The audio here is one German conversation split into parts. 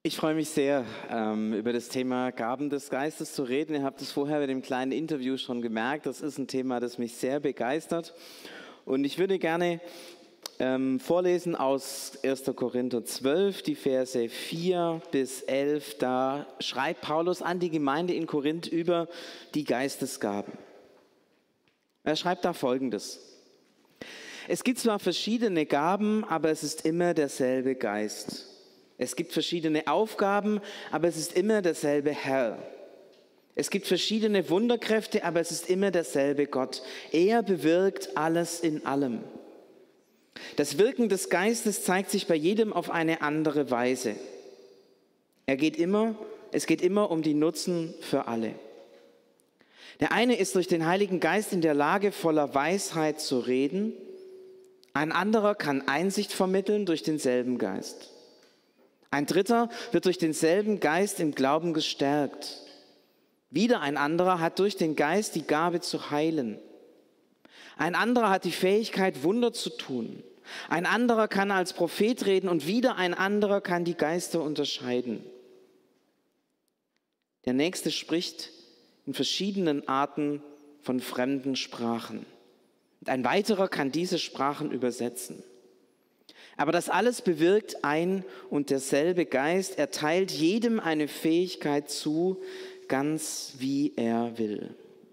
Ich freue mich sehr, über das Thema Gaben des Geistes zu reden. Ihr habt es vorher bei dem kleinen Interview schon gemerkt. Das ist ein Thema, das mich sehr begeistert. Und ich würde gerne vorlesen aus 1. Korinther 12, die Verse 4 bis 11. Da schreibt Paulus an die Gemeinde in Korinth über die Geistesgaben. Er schreibt da Folgendes: Es gibt zwar verschiedene Gaben, aber es ist immer derselbe Geist. Es gibt verschiedene Aufgaben, aber es ist immer derselbe Herr. Es gibt verschiedene Wunderkräfte, aber es ist immer derselbe Gott. Er bewirkt alles in allem. Das Wirken des Geistes zeigt sich bei jedem auf eine andere Weise. Es geht immer um die Nutzen für alle. Der eine ist durch den Heiligen Geist in der Lage, voller Weisheit zu reden. Ein anderer kann Einsicht vermitteln durch denselben Geist. Ein dritter wird durch denselben Geist im Glauben gestärkt. Wieder ein anderer hat durch den Geist die Gabe zu heilen. Ein anderer hat die Fähigkeit, Wunder zu tun. Ein anderer kann als Prophet reden und wieder ein anderer kann die Geister unterscheiden. Der nächste spricht in verschiedenen Arten von fremden Sprachen. Und ein weiterer kann diese Sprachen übersetzen. Aber das alles bewirkt ein und derselbe Geist. Er teilt jedem eine Fähigkeit zu, ganz wie er will.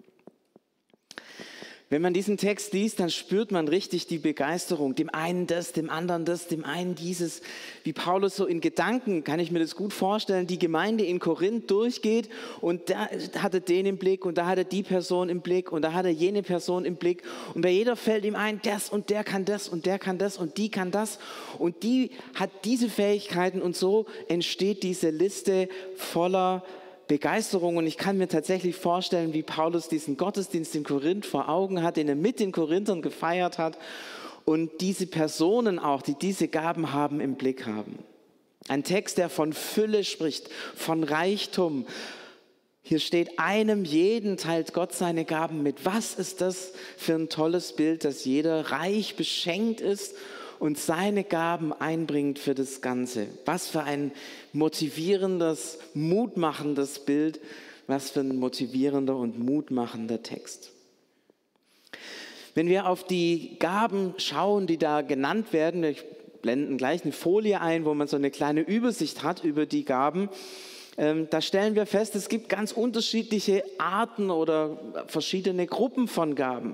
Wenn man diesen Text liest, dann spürt man richtig die Begeisterung. Dem einen das, dem anderen das, dem einen dieses. Wie Paulus so in Gedanken, kann ich mir das gut vorstellen, die Gemeinde in Korinth durchgeht und da hat er den im Blick und da hat er die Person im Blick und da hat er jene Person im Blick. Und bei jeder fällt ihm ein, das und der kann das und der kann das und die kann das. Und die hat diese Fähigkeiten und so entsteht diese Liste voller Begeisterung. Und ich kann mir tatsächlich vorstellen, wie Paulus diesen Gottesdienst in Korinth vor Augen hat, den er mit den Korinthern gefeiert hat und diese Personen auch, die diese Gaben haben, im Blick haben. Ein Text, der von Fülle spricht, von Reichtum. Hier steht, einem jeden teilt Gott seine Gaben mit. Was ist das für ein tolles Bild, dass jeder reich beschenkt ist und seine Gaben einbringt für das Ganze. Was für ein motivierendes, mutmachendes Bild, was für ein motivierender und mutmachender Text. Wenn wir auf die Gaben schauen, die da genannt werden, ich blende gleich eine Folie ein, wo man so eine kleine Übersicht hat über die Gaben, da stellen wir fest, es gibt ganz unterschiedliche Arten oder verschiedene Gruppen von Gaben.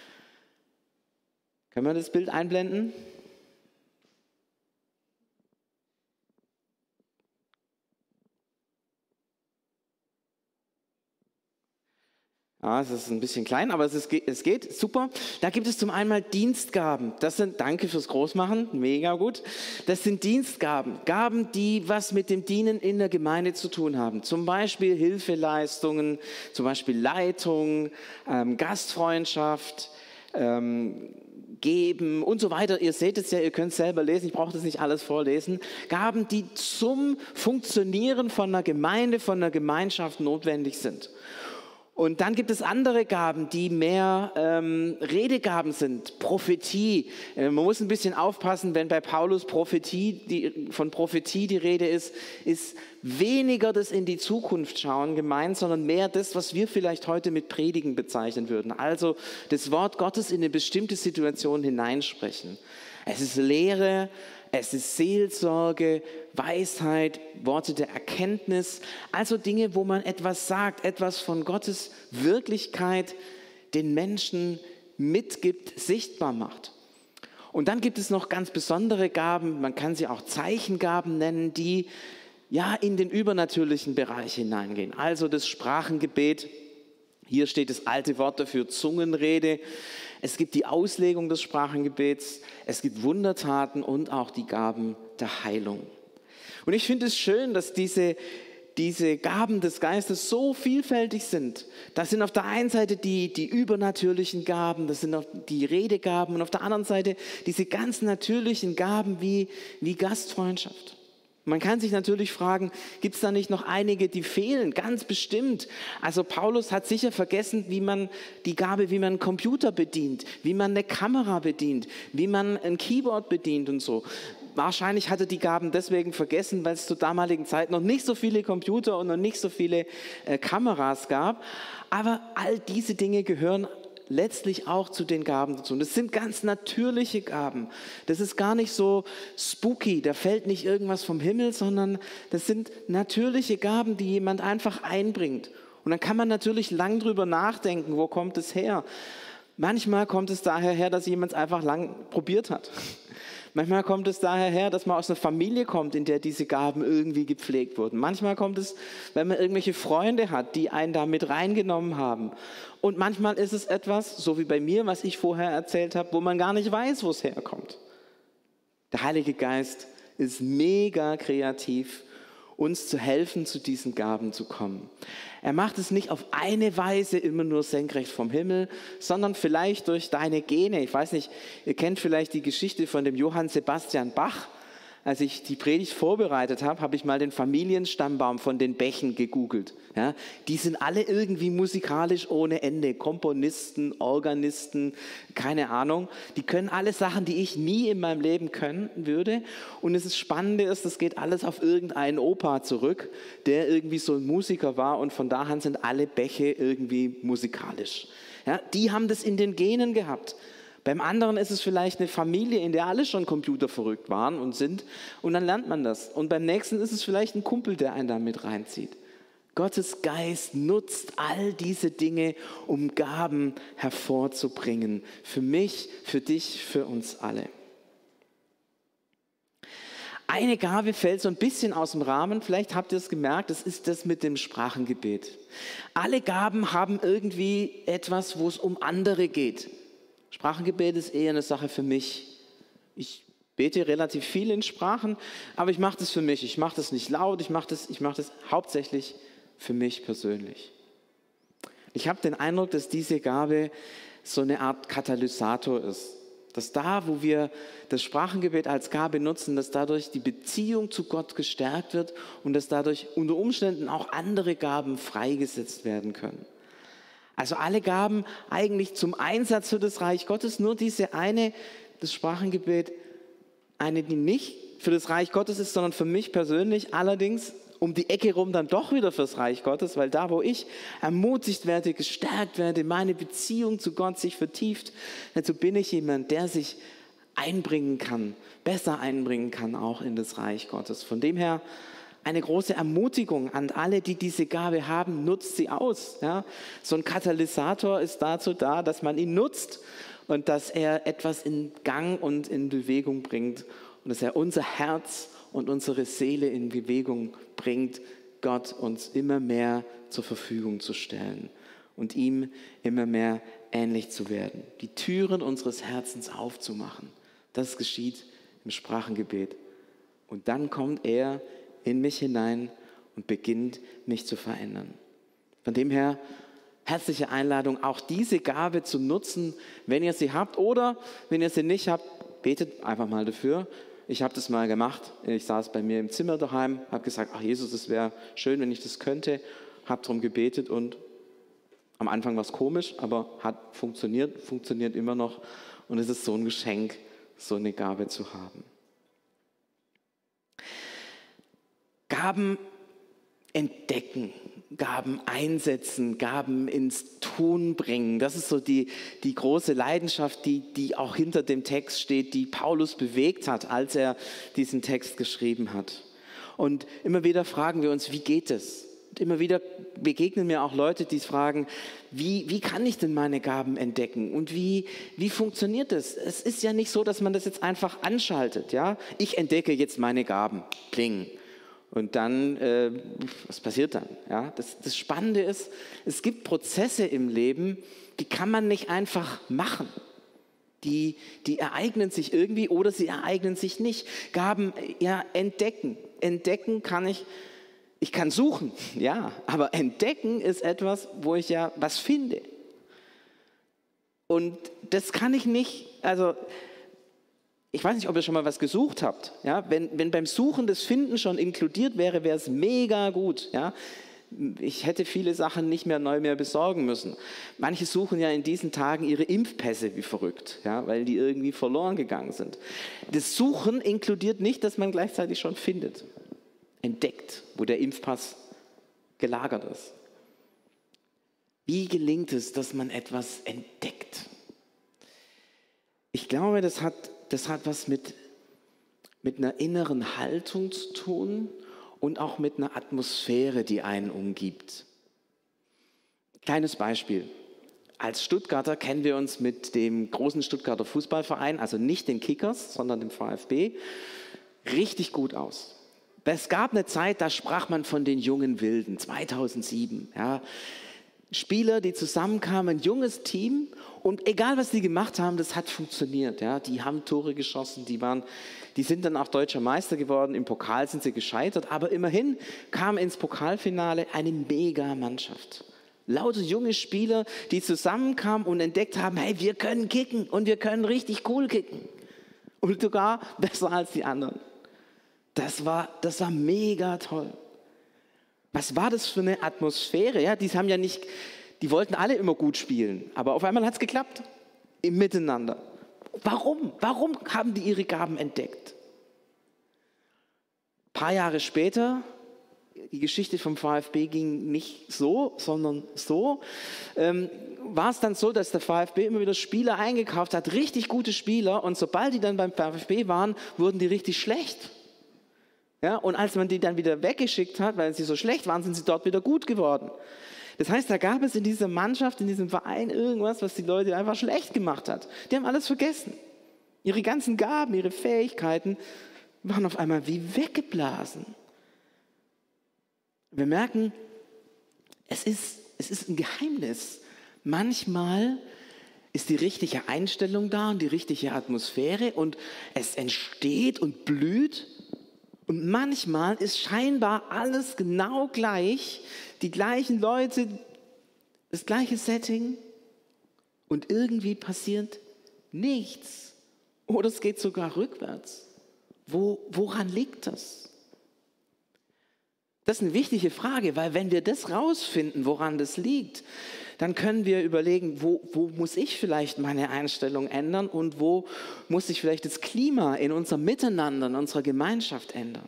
Können wir das Bild einblenden? Ja, es ist ein bisschen klein, aber es geht, super. Da gibt es zum einen mal Dienstgaben. Das sind, danke fürs Großmachen, mega gut. Das sind Dienstgaben, Gaben, die was mit dem Dienen in der Gemeinde zu tun haben. Zum Beispiel Hilfeleistungen, zum Beispiel Leitung, Gastfreundschaft, Geben und so weiter. Ihr seht es ja, ihr könnt es selber lesen, ich brauche das nicht alles vorlesen. Gaben, die zum Funktionieren von einer Gemeinde, von einer Gemeinschaft notwendig sind. Und dann gibt es andere Gaben, die mehr Redegaben sind, Prophetie. Man muss ein bisschen aufpassen, wenn bei Paulus von Prophetie die Rede ist weniger das in die Zukunft schauen gemeint, sondern mehr das, was wir vielleicht heute mit Predigen bezeichnen würden. Also das Wort Gottes in eine bestimmte Situation hineinsprechen. Es ist Lehre, es ist Seelsorge, Weisheit, Worte der Erkenntnis, also Dinge, wo man etwas sagt, etwas von Gottes Wirklichkeit den Menschen mitgibt, sichtbar macht. Und dann gibt es noch ganz besondere Gaben, man kann sie auch Zeichengaben nennen, die ja in den übernatürlichen Bereich hineingehen. Also das Sprachengebet, hier steht das alte Wort dafür, Zungenrede. Es gibt die Auslegung des Sprachengebets, es gibt Wundertaten und auch die Gaben der Heilung. Und ich finde es schön, dass diese Gaben des Geistes so vielfältig sind. Das sind auf der einen Seite die übernatürlichen Gaben, das sind auch die Redegaben und auf der anderen Seite diese ganz natürlichen Gaben wie Gastfreundschaft. Man kann sich natürlich fragen, gibt es da nicht noch einige, die fehlen? Ganz bestimmt. Also Paulus hat sicher vergessen, wie man einen Computer bedient, wie man eine Kamera bedient, wie man ein Keyboard bedient und so. wahrscheinlich hat er die Gaben deswegen vergessen, weil es zur damaligen Zeit noch nicht so viele Computer und noch nicht so viele Kameras gab. Aber all diese Dinge gehören letztlich auch zu den Gaben dazu. Und das sind ganz natürliche Gaben. Das ist gar nicht so spooky, da fällt nicht irgendwas vom Himmel, sondern das sind natürliche Gaben, die jemand einfach einbringt. Und dann kann man natürlich lang drüber nachdenken, wo kommt es her? Manchmal kommt es daher her, dass jemand es einfach lang probiert hat. Manchmal kommt es daher her, dass man aus einer Familie kommt, in der diese Gaben irgendwie gepflegt wurden. Manchmal kommt es, wenn man irgendwelche Freunde hat, die einen da mit reingenommen haben. Und manchmal ist es etwas, so wie bei mir, was ich vorher erzählt habe, wo man gar nicht weiß, wo es herkommt. Der Heilige Geist ist mega kreativ, uns zu helfen, zu diesen Gaben zu kommen. Er macht es nicht auf eine Weise immer nur senkrecht vom Himmel, sondern vielleicht durch deine Gene. Ich weiß nicht, ihr kennt vielleicht die Geschichte von dem Johann Sebastian Bach. Als ich die Predigt vorbereitet habe, habe ich mal den Familienstammbaum von den Bächen gegoogelt. Ja, die sind alle irgendwie musikalisch ohne Ende. Komponisten, Organisten, keine Ahnung. Die können alle Sachen, die ich nie in meinem Leben können würde. Und das Spannende ist, das geht alles auf irgendeinen Opa zurück, der irgendwie so ein Musiker war. Und von daher sind alle Bäche irgendwie musikalisch. Ja, die haben das in den Genen gehabt. Beim anderen ist es vielleicht eine Familie, in der alle schon computerverrückt waren und sind. Und dann lernt man das. Und beim nächsten ist es vielleicht ein Kumpel, der einen da mit reinzieht. Gottes Geist nutzt all diese Dinge, um Gaben hervorzubringen. Für mich, für dich, für uns alle. Eine Gabe fällt so ein bisschen aus dem Rahmen. Vielleicht habt ihr es gemerkt, das ist das mit dem Sprachengebet. Alle Gaben haben irgendwie etwas, wo es um andere geht. Sprachengebet ist eher eine Sache für mich. Ich bete relativ viel in Sprachen, aber ich mache das für mich. Ich mache das nicht laut, ich mache das hauptsächlich für mich persönlich. Ich habe den Eindruck, dass diese Gabe so eine Art Katalysator ist. Dass da, wo wir das Sprachengebet als Gabe nutzen, dass dadurch die Beziehung zu Gott gestärkt wird und dass dadurch unter Umständen auch andere Gaben freigesetzt werden können. Also alle Gaben eigentlich zum Einsatz für das Reich Gottes, nur diese eine, das Sprachengebet, eine, die nicht für das Reich Gottes ist, sondern für mich persönlich, allerdings um die Ecke rum dann doch wieder fürs Reich Gottes, weil da, wo ich ermutigt werde, gestärkt werde, meine Beziehung zu Gott sich vertieft, dazu bin ich jemand, der sich einbringen kann, besser einbringen kann auch in das Reich Gottes. Von dem her eine große Ermutigung an alle, die diese Gabe haben, nutzt sie aus. Ja? So ein Katalysator ist dazu da, dass man ihn nutzt und dass er etwas in Gang und in Bewegung bringt und dass er unser Herz und unsere Seele in Bewegung bringt, Gott uns immer mehr zur Verfügung zu stellen und ihm immer mehr ähnlich zu werden. Die Türen unseres Herzens aufzumachen. Das geschieht im Sprachengebet. Und dann kommt er in mich hinein und beginnt, mich zu verändern. Von dem her, herzliche Einladung, auch diese Gabe zu nutzen, wenn ihr sie habt oder wenn ihr sie nicht habt, betet einfach mal dafür. Ich habe das mal gemacht. Ich saß bei mir im Zimmer daheim, habe gesagt, ach Jesus, es wäre schön, wenn ich das könnte. Habe darum gebetet und am Anfang war es komisch, aber hat funktioniert immer noch. Und es ist so ein Geschenk, so eine Gabe zu haben. Gaben entdecken, Gaben einsetzen, Gaben ins Tun bringen. Das ist so die große Leidenschaft, die auch hinter dem Text steht, die Paulus bewegt hat, als er diesen Text geschrieben hat. Und immer wieder fragen wir uns, wie geht es? Und immer wieder begegnen mir auch Leute, die fragen, wie kann ich denn meine Gaben entdecken? Und wie funktioniert das? Es ist ja nicht so, dass man das jetzt einfach anschaltet. Ja? Ich entdecke jetzt meine Gaben. Kling. Und dann, was passiert dann? Ja, das Spannende ist, es gibt Prozesse im Leben, die kann man nicht einfach machen. Die ereignen sich irgendwie oder sie ereignen sich nicht. Gaben, ja, entdecken. Entdecken kann ich kann suchen, ja, aber entdecken ist etwas, wo ich ja was finde. Und das kann ich nicht, also ich weiß nicht, ob ihr schon mal was gesucht habt. Ja? Wenn beim Suchen das Finden schon inkludiert wäre, wäre es mega gut. Ja? Ich hätte viele Sachen nicht mehr neu mehr besorgen müssen. Manche suchen ja in diesen Tagen ihre Impfpässe wie verrückt, ja, weil die irgendwie verloren gegangen sind. Das Suchen inkludiert nicht, dass man gleichzeitig schon findet, entdeckt, wo der Impfpass gelagert ist. Wie gelingt es, dass man etwas entdeckt? Ich glaube, das hat was mit einer inneren Haltung zu tun und auch mit einer Atmosphäre, die einen umgibt. Kleines Beispiel. Als Stuttgarter kennen wir uns mit dem großen Stuttgarter Fußballverein, also nicht den Kickers, sondern dem VfB, richtig gut aus. Es gab eine Zeit, da sprach man von den jungen Wilden, 2007. Ja. Spieler, die zusammenkamen, ein junges Team, und egal was die gemacht haben, das hat funktioniert. Ja. Die haben Tore geschossen, die sind dann auch deutscher Meister geworden, im Pokal sind sie gescheitert, aber immerhin kam ins Pokalfinale eine Mega-Mannschaft. Lauter junge Spieler, die zusammenkamen und entdeckt haben, hey, wir können kicken und wir können richtig cool kicken. Und sogar besser als die anderen. Das war mega toll. Was war das für eine Atmosphäre? Ja, die wollten alle immer gut spielen, aber auf einmal hat es geklappt, im Miteinander. Warum? Warum haben die ihre Gaben entdeckt? Ein paar Jahre später, die Geschichte vom VfB ging nicht so, sondern so, war es dann so, dass der VfB immer wieder Spieler eingekauft hat, richtig gute Spieler, und sobald die dann beim VfB waren, wurden die richtig schlecht. Ja, und als man die dann wieder weggeschickt hat, weil sie so schlecht waren, sind sie dort wieder gut geworden. Das heißt, da gab es in dieser Mannschaft, in diesem Verein irgendwas, was die Leute einfach schlecht gemacht hat. Die haben alles vergessen. Ihre ganzen Gaben, ihre Fähigkeiten waren auf einmal wie weggeblasen. Wir merken, es ist ein Geheimnis. Manchmal ist die richtige Einstellung da und die richtige Atmosphäre und es entsteht und blüht. Und manchmal ist scheinbar alles genau gleich, die gleichen Leute, das gleiche Setting, und irgendwie passiert nichts. Oder es geht sogar rückwärts. Woran liegt das? Das ist eine wichtige Frage, weil wenn wir das rausfinden, woran das liegt, dann können wir überlegen, wo muss ich vielleicht meine Einstellung ändern und wo muss sich vielleicht das Klima in unserem Miteinander, in unserer Gemeinschaft ändern.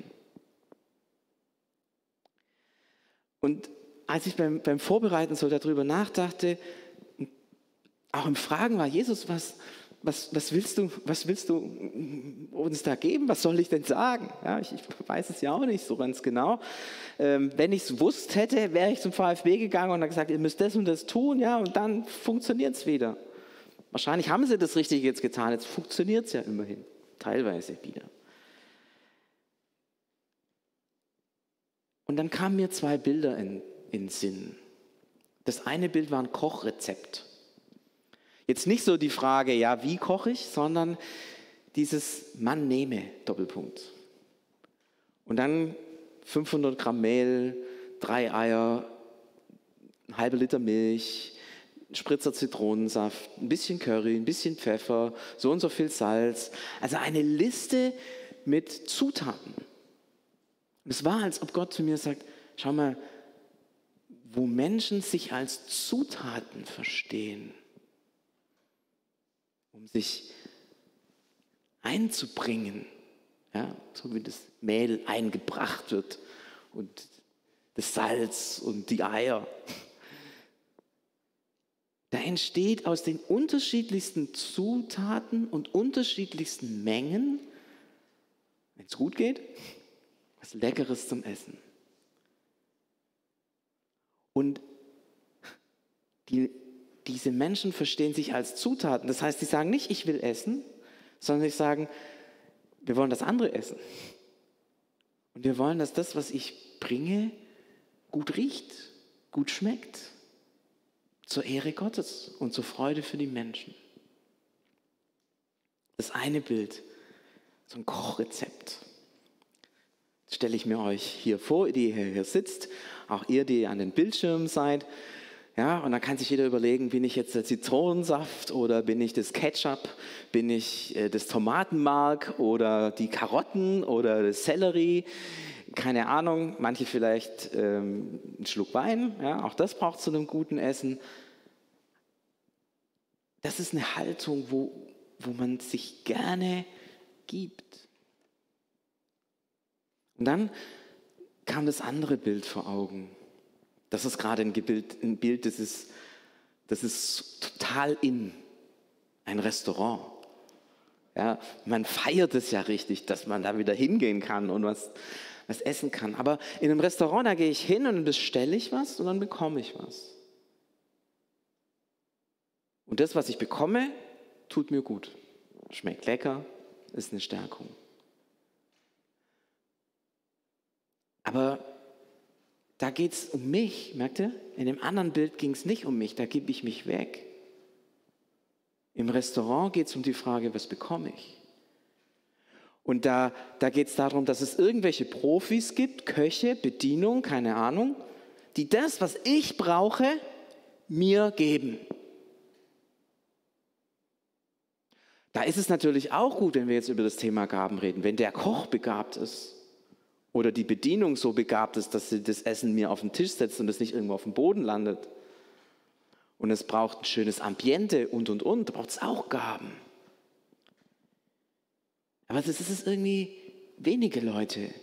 Und als ich beim Vorbereiten so darüber nachdachte, auch im Fragen war, Jesus, was willst du uns da geben? Was soll ich denn sagen? Ja, ich weiß es ja auch nicht so ganz genau. Wenn ich es gewusst hätte, wäre ich zum VfB gegangen und habe gesagt, ihr müsst das und das tun, ja, und dann funktioniert es wieder. Wahrscheinlich haben sie das Richtige jetzt getan, jetzt funktioniert es ja immerhin, teilweise wieder. Und dann kamen mir zwei Bilder in den Sinn. Das eine Bild war ein Kochrezept. Jetzt nicht so die Frage, ja, wie koche ich, sondern dieses Mann nehme, Doppelpunkt. Und dann 500 Gramm Mehl, 3 Eier, ein halber Liter Milch, ein Spritzer Zitronensaft, ein bisschen Curry, ein bisschen Pfeffer, so und so viel Salz. Also eine Liste mit Zutaten. Es war, als ob Gott zu mir sagt, schau mal, wo Menschen sich als Zutaten verstehen, um sich einzubringen, ja, so wie das Mehl eingebracht wird und das Salz und die Eier. Da entsteht aus den unterschiedlichsten Zutaten und unterschiedlichsten Mengen, wenn es gut geht, was Leckeres zum Essen. Und diese Menschen verstehen sich als Zutaten. Das heißt, sie sagen nicht, ich will essen, sondern sie sagen, wir wollen das andere essen. Und wir wollen, dass das, was ich bringe, gut riecht, gut schmeckt. Zur Ehre Gottes und zur Freude für die Menschen. Das eine Bild, so ein Kochrezept. Stelle ich mir euch hier vor, die ihr hier sitzt, auch ihr, die ihr an den Bildschirmen seid. Ja, und dann kann sich jeder überlegen, bin ich jetzt der Zitronensaft oder bin ich das Ketchup, bin ich das Tomatenmark oder die Karotten oder das Sellerie, keine Ahnung, manche vielleicht einen Schluck Wein, ja, auch das braucht zu einem guten Essen. Das ist eine Haltung, wo man sich gerne gibt. Und dann kam das andere Bild vor Augen. Das ist gerade ein Bild, das ist total in. Ein Restaurant. Ja, man feiert es ja richtig, dass man da wieder hingehen kann und was essen kann. Aber in einem Restaurant, da gehe ich hin und dann bestelle ich was und dann bekomme ich was. Und das, was ich bekomme, tut mir gut. Schmeckt lecker, ist eine Stärkung. Aber da geht es um mich, merkt ihr? In dem anderen Bild ging es nicht um mich, da gebe ich mich weg. Im Restaurant geht es um die Frage, was bekomme ich? Und da geht es darum, dass es irgendwelche Profis gibt, Köche, Bedienung, keine Ahnung, die das, was ich brauche, mir geben. Da ist es natürlich auch gut, wenn wir jetzt über das Thema Gaben reden, wenn der Koch begabt ist. Oder die Bedienung so begabt ist, dass sie das Essen mir auf den Tisch setzt und es nicht irgendwo auf dem Boden landet. Und es braucht ein schönes Ambiente und. Da braucht es auch Gaben. Aber das ist es irgendwie wenige Leute,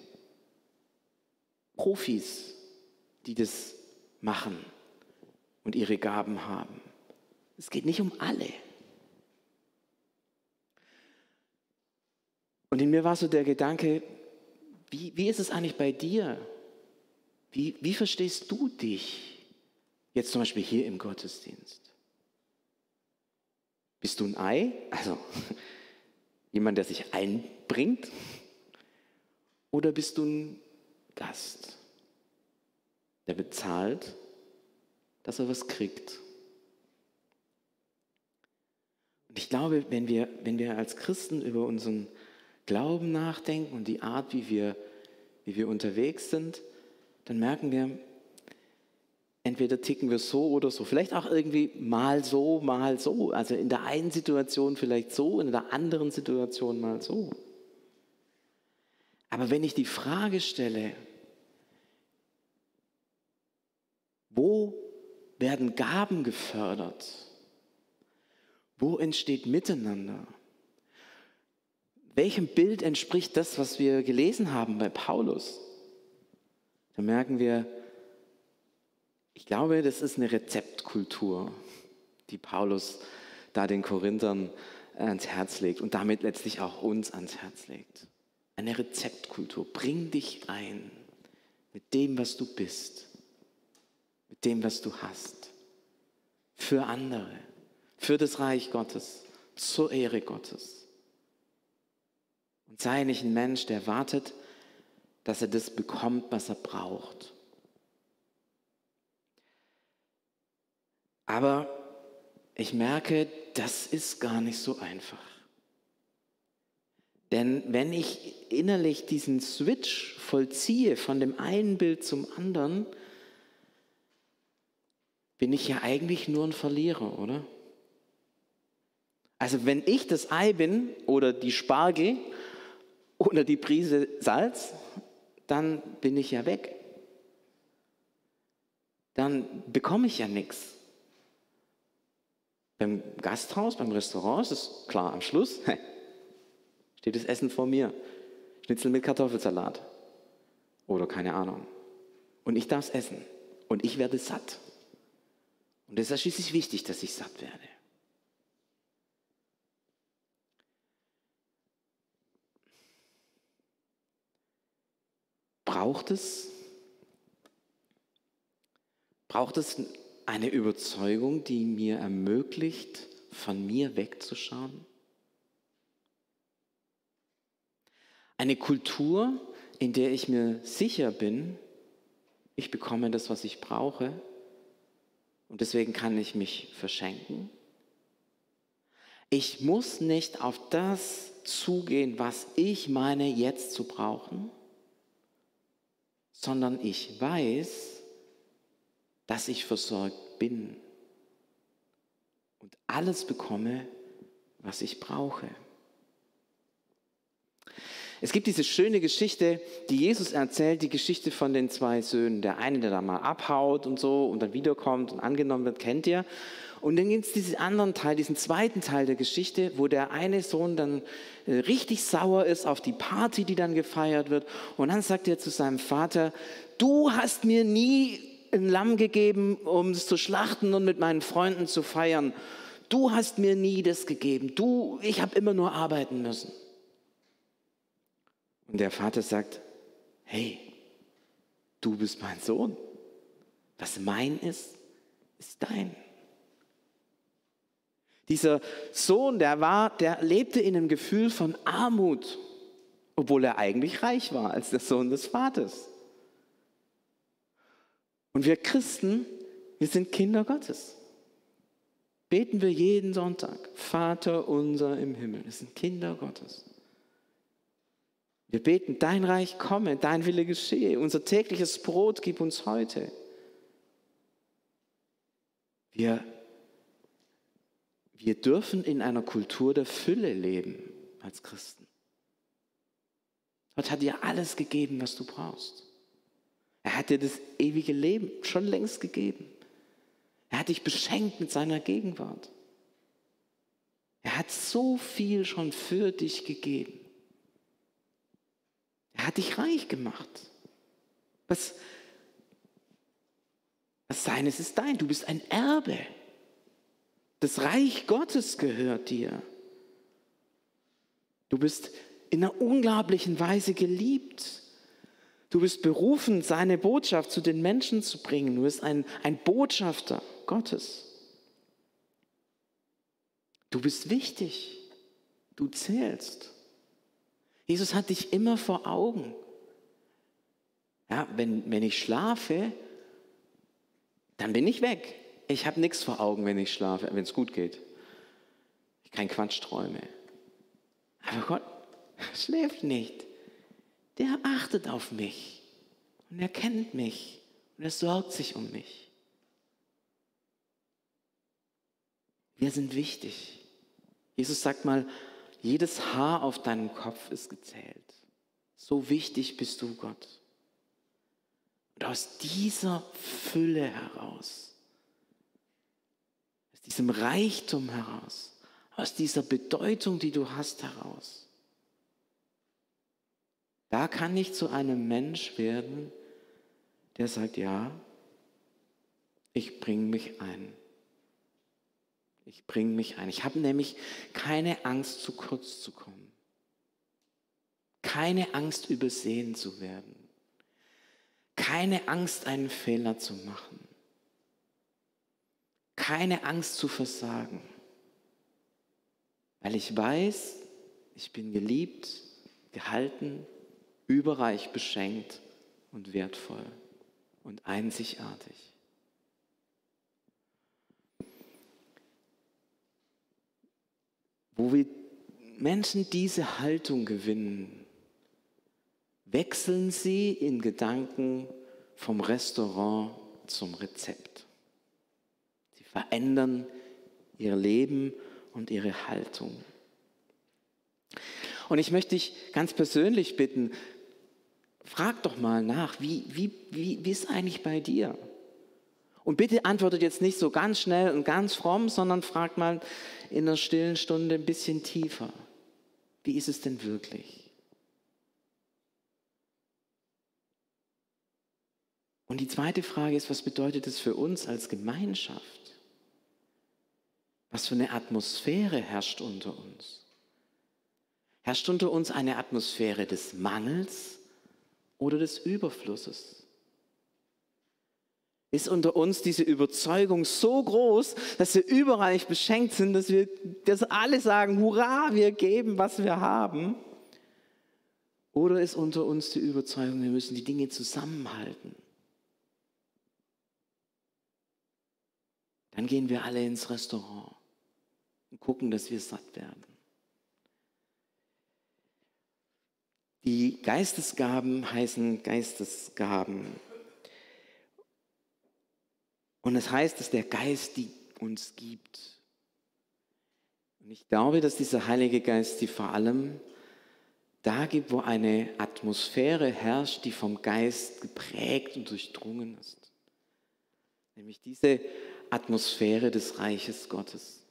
Profis, die das machen und ihre Gaben haben. Es geht nicht um alle. Und in mir war so der Gedanke, wie ist es eigentlich bei dir? Wie verstehst du dich jetzt zum Beispiel hier im Gottesdienst? Bist du ein Ei? Also jemand, der sich einbringt? Oder bist du ein Gast, der bezahlt, dass er was kriegt? Und ich glaube, wenn wir als Christen über unseren Glauben nachdenken und die Art, wie wir unterwegs sind, dann merken wir, entweder ticken wir so oder so. Vielleicht auch irgendwie mal so, mal so. Also in der einen Situation vielleicht so, in der anderen Situation mal so. Aber wenn ich die Frage stelle, wo werden Gaben gefördert? Wo entsteht Miteinander? Welchem Bild entspricht das, was wir gelesen haben bei Paulus? Da merken wir, ich glaube, das ist eine Rezeptkultur, die Paulus da den Korinthern ans Herz legt und damit letztlich auch uns ans Herz legt. Eine Rezeptkultur. Bring dich ein mit dem, was du bist, mit dem, was du hast, für andere, für das Reich Gottes, zur Ehre Gottes. Und sei nicht ein Mensch, der wartet, dass er das bekommt, was er braucht. Aber ich merke, das ist gar nicht so einfach. Denn wenn ich innerlich diesen Switch vollziehe von dem einen Bild zum anderen, bin ich ja eigentlich nur ein Verlierer, oder? Also wenn ich das Ei bin oder die Spargel oder die Prise Salz, dann bin ich ja weg. Dann bekomme ich ja nichts. Beim Gasthaus, beim Restaurant ist es klar, am Schluss steht das Essen vor mir. Schnitzel mit Kartoffelsalat oder keine Ahnung. Und ich darf es essen und ich werde satt. Und es ist ja schließlich wichtig, dass ich satt werde. Braucht es eine Überzeugung, die mir ermöglicht, von mir wegzuschauen? Eine Kultur, in der ich mir sicher bin, ich bekomme das, was ich brauche und deswegen kann ich mich verschenken? Ich muss nicht auf das zugehen, was ich meine jetzt zu brauchen, sondern ich weiß, dass ich versorgt bin und alles bekomme, was ich brauche. Es gibt diese schöne Geschichte, die Jesus erzählt, die Geschichte von den 2 Söhnen. Der eine, der da mal abhaut und so und dann wiederkommt und angenommen wird, kennt ihr. Und dann gibt es diesen anderen Teil, diesen zweiten Teil der Geschichte, wo der eine Sohn dann richtig sauer ist auf die Party, die dann gefeiert wird. Und dann sagt er zu seinem Vater, du hast mir nie ein Lamm gegeben, um es zu schlachten und mit meinen Freunden zu feiern. Du hast mir nie das gegeben. Ich habe immer nur arbeiten müssen. Und der Vater sagt, hey, du bist mein Sohn. Was mein ist, ist dein. Dieser Sohn, der lebte in einem Gefühl von Armut, obwohl er eigentlich reich war als der Sohn des Vaters. Und wir Christen, wir sind Kinder Gottes. Beten wir jeden Sonntag, Vater unser im Himmel. Wir sind Kinder Gottes. Wir beten, dein Reich komme, dein Wille geschehe, unser tägliches Brot gib uns heute. Wir dürfen in einer Kultur der Fülle leben als Christen. Gott hat dir alles gegeben, was du brauchst. Er hat dir das ewige Leben schon längst gegeben. Er hat dich beschenkt mit seiner Gegenwart. Er hat so viel schon für dich gegeben. Er hat dich reich gemacht. Was seines ist dein. Du bist ein Erbe. Das Reich Gottes gehört dir. Du bist in einer unglaublichen Weise geliebt. Du bist berufen, seine Botschaft zu den Menschen zu bringen. Du bist ein Botschafter Gottes. Du bist wichtig. Du zählst. Jesus hat dich immer vor Augen. Ja, wenn ich schlafe, dann bin ich weg. Ich habe nichts vor Augen, wenn ich schlafe, wenn es gut geht. Ich keinen Quatsch träume. Aber Gott schläft nicht. Der achtet auf mich und er kennt mich und er sorgt sich um mich. Wir sind wichtig. Jesus sagt mal, jedes Haar auf deinem Kopf ist gezählt. So wichtig bist du, Gott. Und aus dieser Fülle heraus, aus diesem Reichtum heraus, aus dieser Bedeutung, die du hast, heraus, da kann ich zu einem Mensch werden, der sagt, ja, ich bringe mich ein. Ich bringe mich ein. Ich habe nämlich keine Angst, zu kurz zu kommen. Keine Angst, übersehen zu werden. Keine Angst, einen Fehler zu machen. Keine Angst zu versagen. Weil ich weiß, ich bin geliebt, gehalten, überreich beschenkt und wertvoll und einzigartig. Wo wir Menschen diese Haltung gewinnen, wechseln sie in Gedanken vom Restaurant zum Rezept. Sie verändern ihr Leben und ihre Haltung. Und ich möchte dich ganz persönlich bitten, frag doch mal nach, wie ist eigentlich bei dir? Und bitte antwortet jetzt nicht so ganz schnell und ganz fromm, sondern fragt mal in einer stillen Stunde ein bisschen tiefer. Wie ist es denn wirklich? Und die zweite Frage ist, was bedeutet es für uns als Gemeinschaft? Was für eine Atmosphäre herrscht unter uns? Herrscht unter uns eine Atmosphäre des Mangels oder des Überflusses? Ist unter uns diese Überzeugung so groß, dass wir überreich beschenkt sind, dass alle sagen, hurra, wir geben, was wir haben? Oder ist unter uns die Überzeugung, wir müssen die Dinge zusammenhalten? Dann gehen wir alle ins Restaurant und gucken, dass wir satt werden. Die Geistesgaben heißen Geistesgaben. Und es heißt, dass der Geist die uns gibt. Und ich glaube, dass dieser Heilige Geist die vor allem da gibt, wo eine Atmosphäre herrscht, die vom Geist geprägt und durchdrungen ist. Nämlich diese Atmosphäre des Reiches Gottes.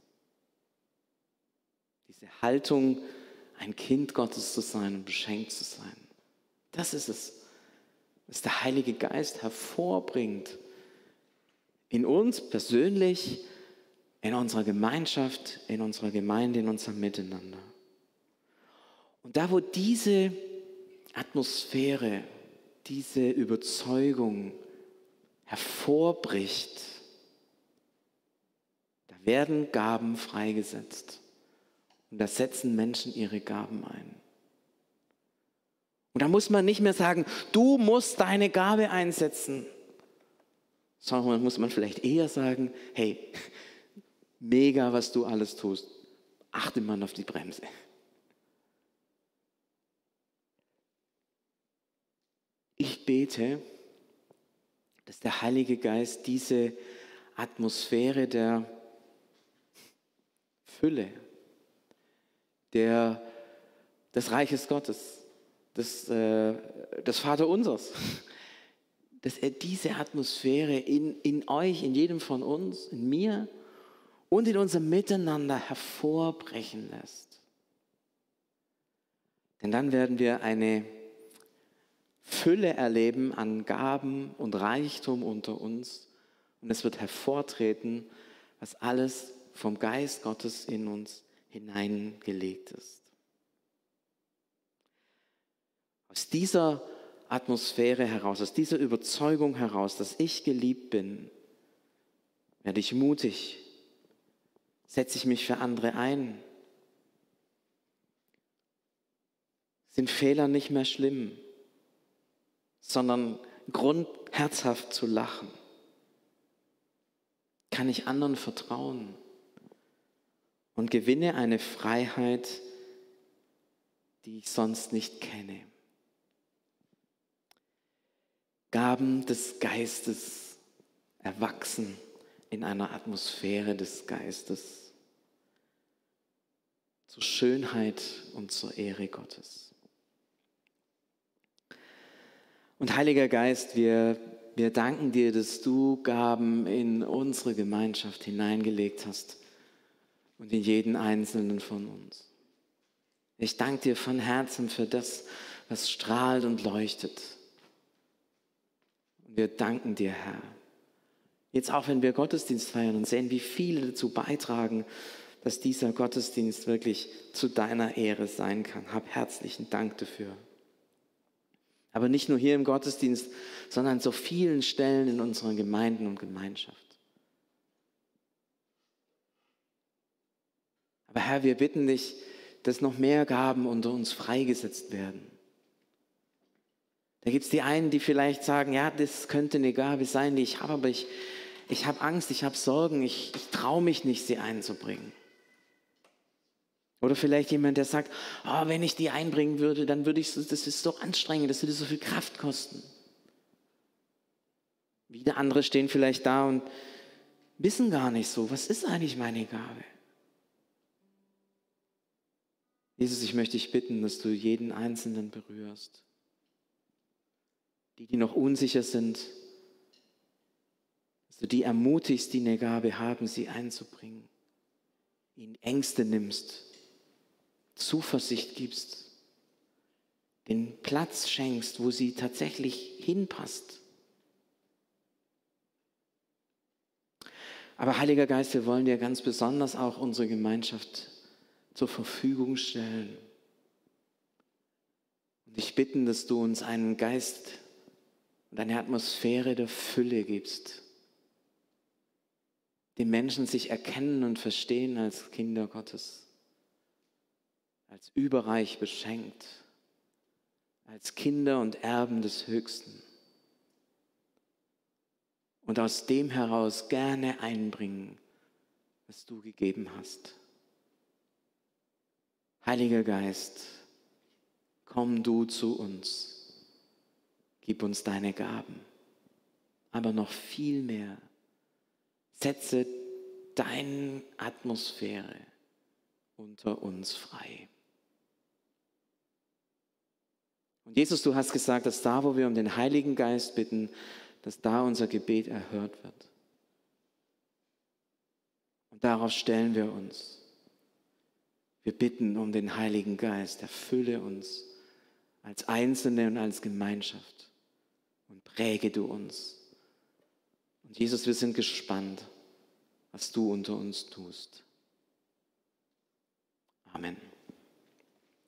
Diese Haltung, ein Kind Gottes zu sein und beschenkt zu sein. Das ist es, was der Heilige Geist hervorbringt. In uns persönlich, in unserer Gemeinschaft, in unserer Gemeinde, in unserem Miteinander. Und da, wo diese Atmosphäre, diese Überzeugung hervorbricht, da werden Gaben freigesetzt. Und da setzen Menschen ihre Gaben ein. Und da muss man nicht mehr sagen, du musst deine Gabe einsetzen. Sondern muss man vielleicht eher sagen, hey, mega, was du alles tust. Achte mal auf die Bremse. Ich bete, dass der Heilige Geist diese Atmosphäre der Fülle, des Reiches Gottes, des Vaterunsers, dass er diese Atmosphäre in euch, in jedem von uns, in mir und in unserem Miteinander hervorbrechen lässt. Denn dann werden wir eine Fülle erleben an Gaben und Reichtum unter uns. Und es wird hervortreten, was alles vom Geist Gottes in uns hineingelegt ist. Aus dieser Atmosphäre heraus, aus dieser Überzeugung heraus, dass ich geliebt bin, werde ich mutig, setze ich mich für andere ein. Sind Fehler nicht mehr schlimm, sondern Grund, herzhaft zu lachen? Kann ich anderen vertrauen und gewinne eine Freiheit, die ich sonst nicht kenne? Gaben des Geistes erwachsen in einer Atmosphäre des Geistes zur Schönheit und zur Ehre Gottes. Und Heiliger Geist, wir danken dir, dass du Gaben in unsere Gemeinschaft hineingelegt hast und in jeden Einzelnen von uns. Ich danke dir von Herzen für das, was strahlt und leuchtet. Und wir danken dir, Herr. Jetzt auch, wenn wir Gottesdienst feiern und sehen, wie viele dazu beitragen, dass dieser Gottesdienst wirklich zu deiner Ehre sein kann. Hab herzlichen Dank dafür. Aber nicht nur hier im Gottesdienst, sondern an so vielen Stellen in unseren Gemeinden und Gemeinschaft. Aber Herr, wir bitten dich, dass noch mehr Gaben unter uns freigesetzt werden. Da gibt es die einen, die vielleicht sagen, ja, das könnte eine Gabe sein, die ich habe, aber ich habe Angst, ich habe Sorgen, ich traue mich nicht, sie einzubringen. Oder vielleicht jemand, der sagt, oh, wenn ich die einbringen würde, dann würde das ist so anstrengend, das würde so viel Kraft kosten. Wieder andere stehen vielleicht da und wissen gar nicht so, was ist eigentlich meine Gabe? Jesus, ich möchte dich bitten, dass du jeden Einzelnen berührst. Die noch unsicher sind, dass du die ermutigst, die eine Gabe haben, sie einzubringen. Ihnen Ängste nimmst, Zuversicht gibst, den Platz schenkst, wo sie tatsächlich hinpasst. Aber Heiliger Geist, wir wollen dir ganz besonders auch unsere Gemeinschaft zur Verfügung stellen. Und dich bitten, dass du uns einen Geist und eine Atmosphäre der Fülle gibst, die Menschen sich erkennen und verstehen als Kinder Gottes, als überreich beschenkt, als Kinder und Erben des Höchsten und aus dem heraus gerne einbringen, was du gegeben hast. Heiliger Geist, komm du zu uns. Gib uns deine Gaben, aber noch viel mehr, setze deine Atmosphäre unter uns frei. Und Jesus, du hast gesagt, dass da, wo wir um den Heiligen Geist bitten, dass da unser Gebet erhört wird. Und darauf stellen wir uns. Wir bitten um den Heiligen Geist, erfülle uns als Einzelne und als Gemeinschaft und präge du uns. Und Jesus, wir sind gespannt, was du unter uns tust. Amen.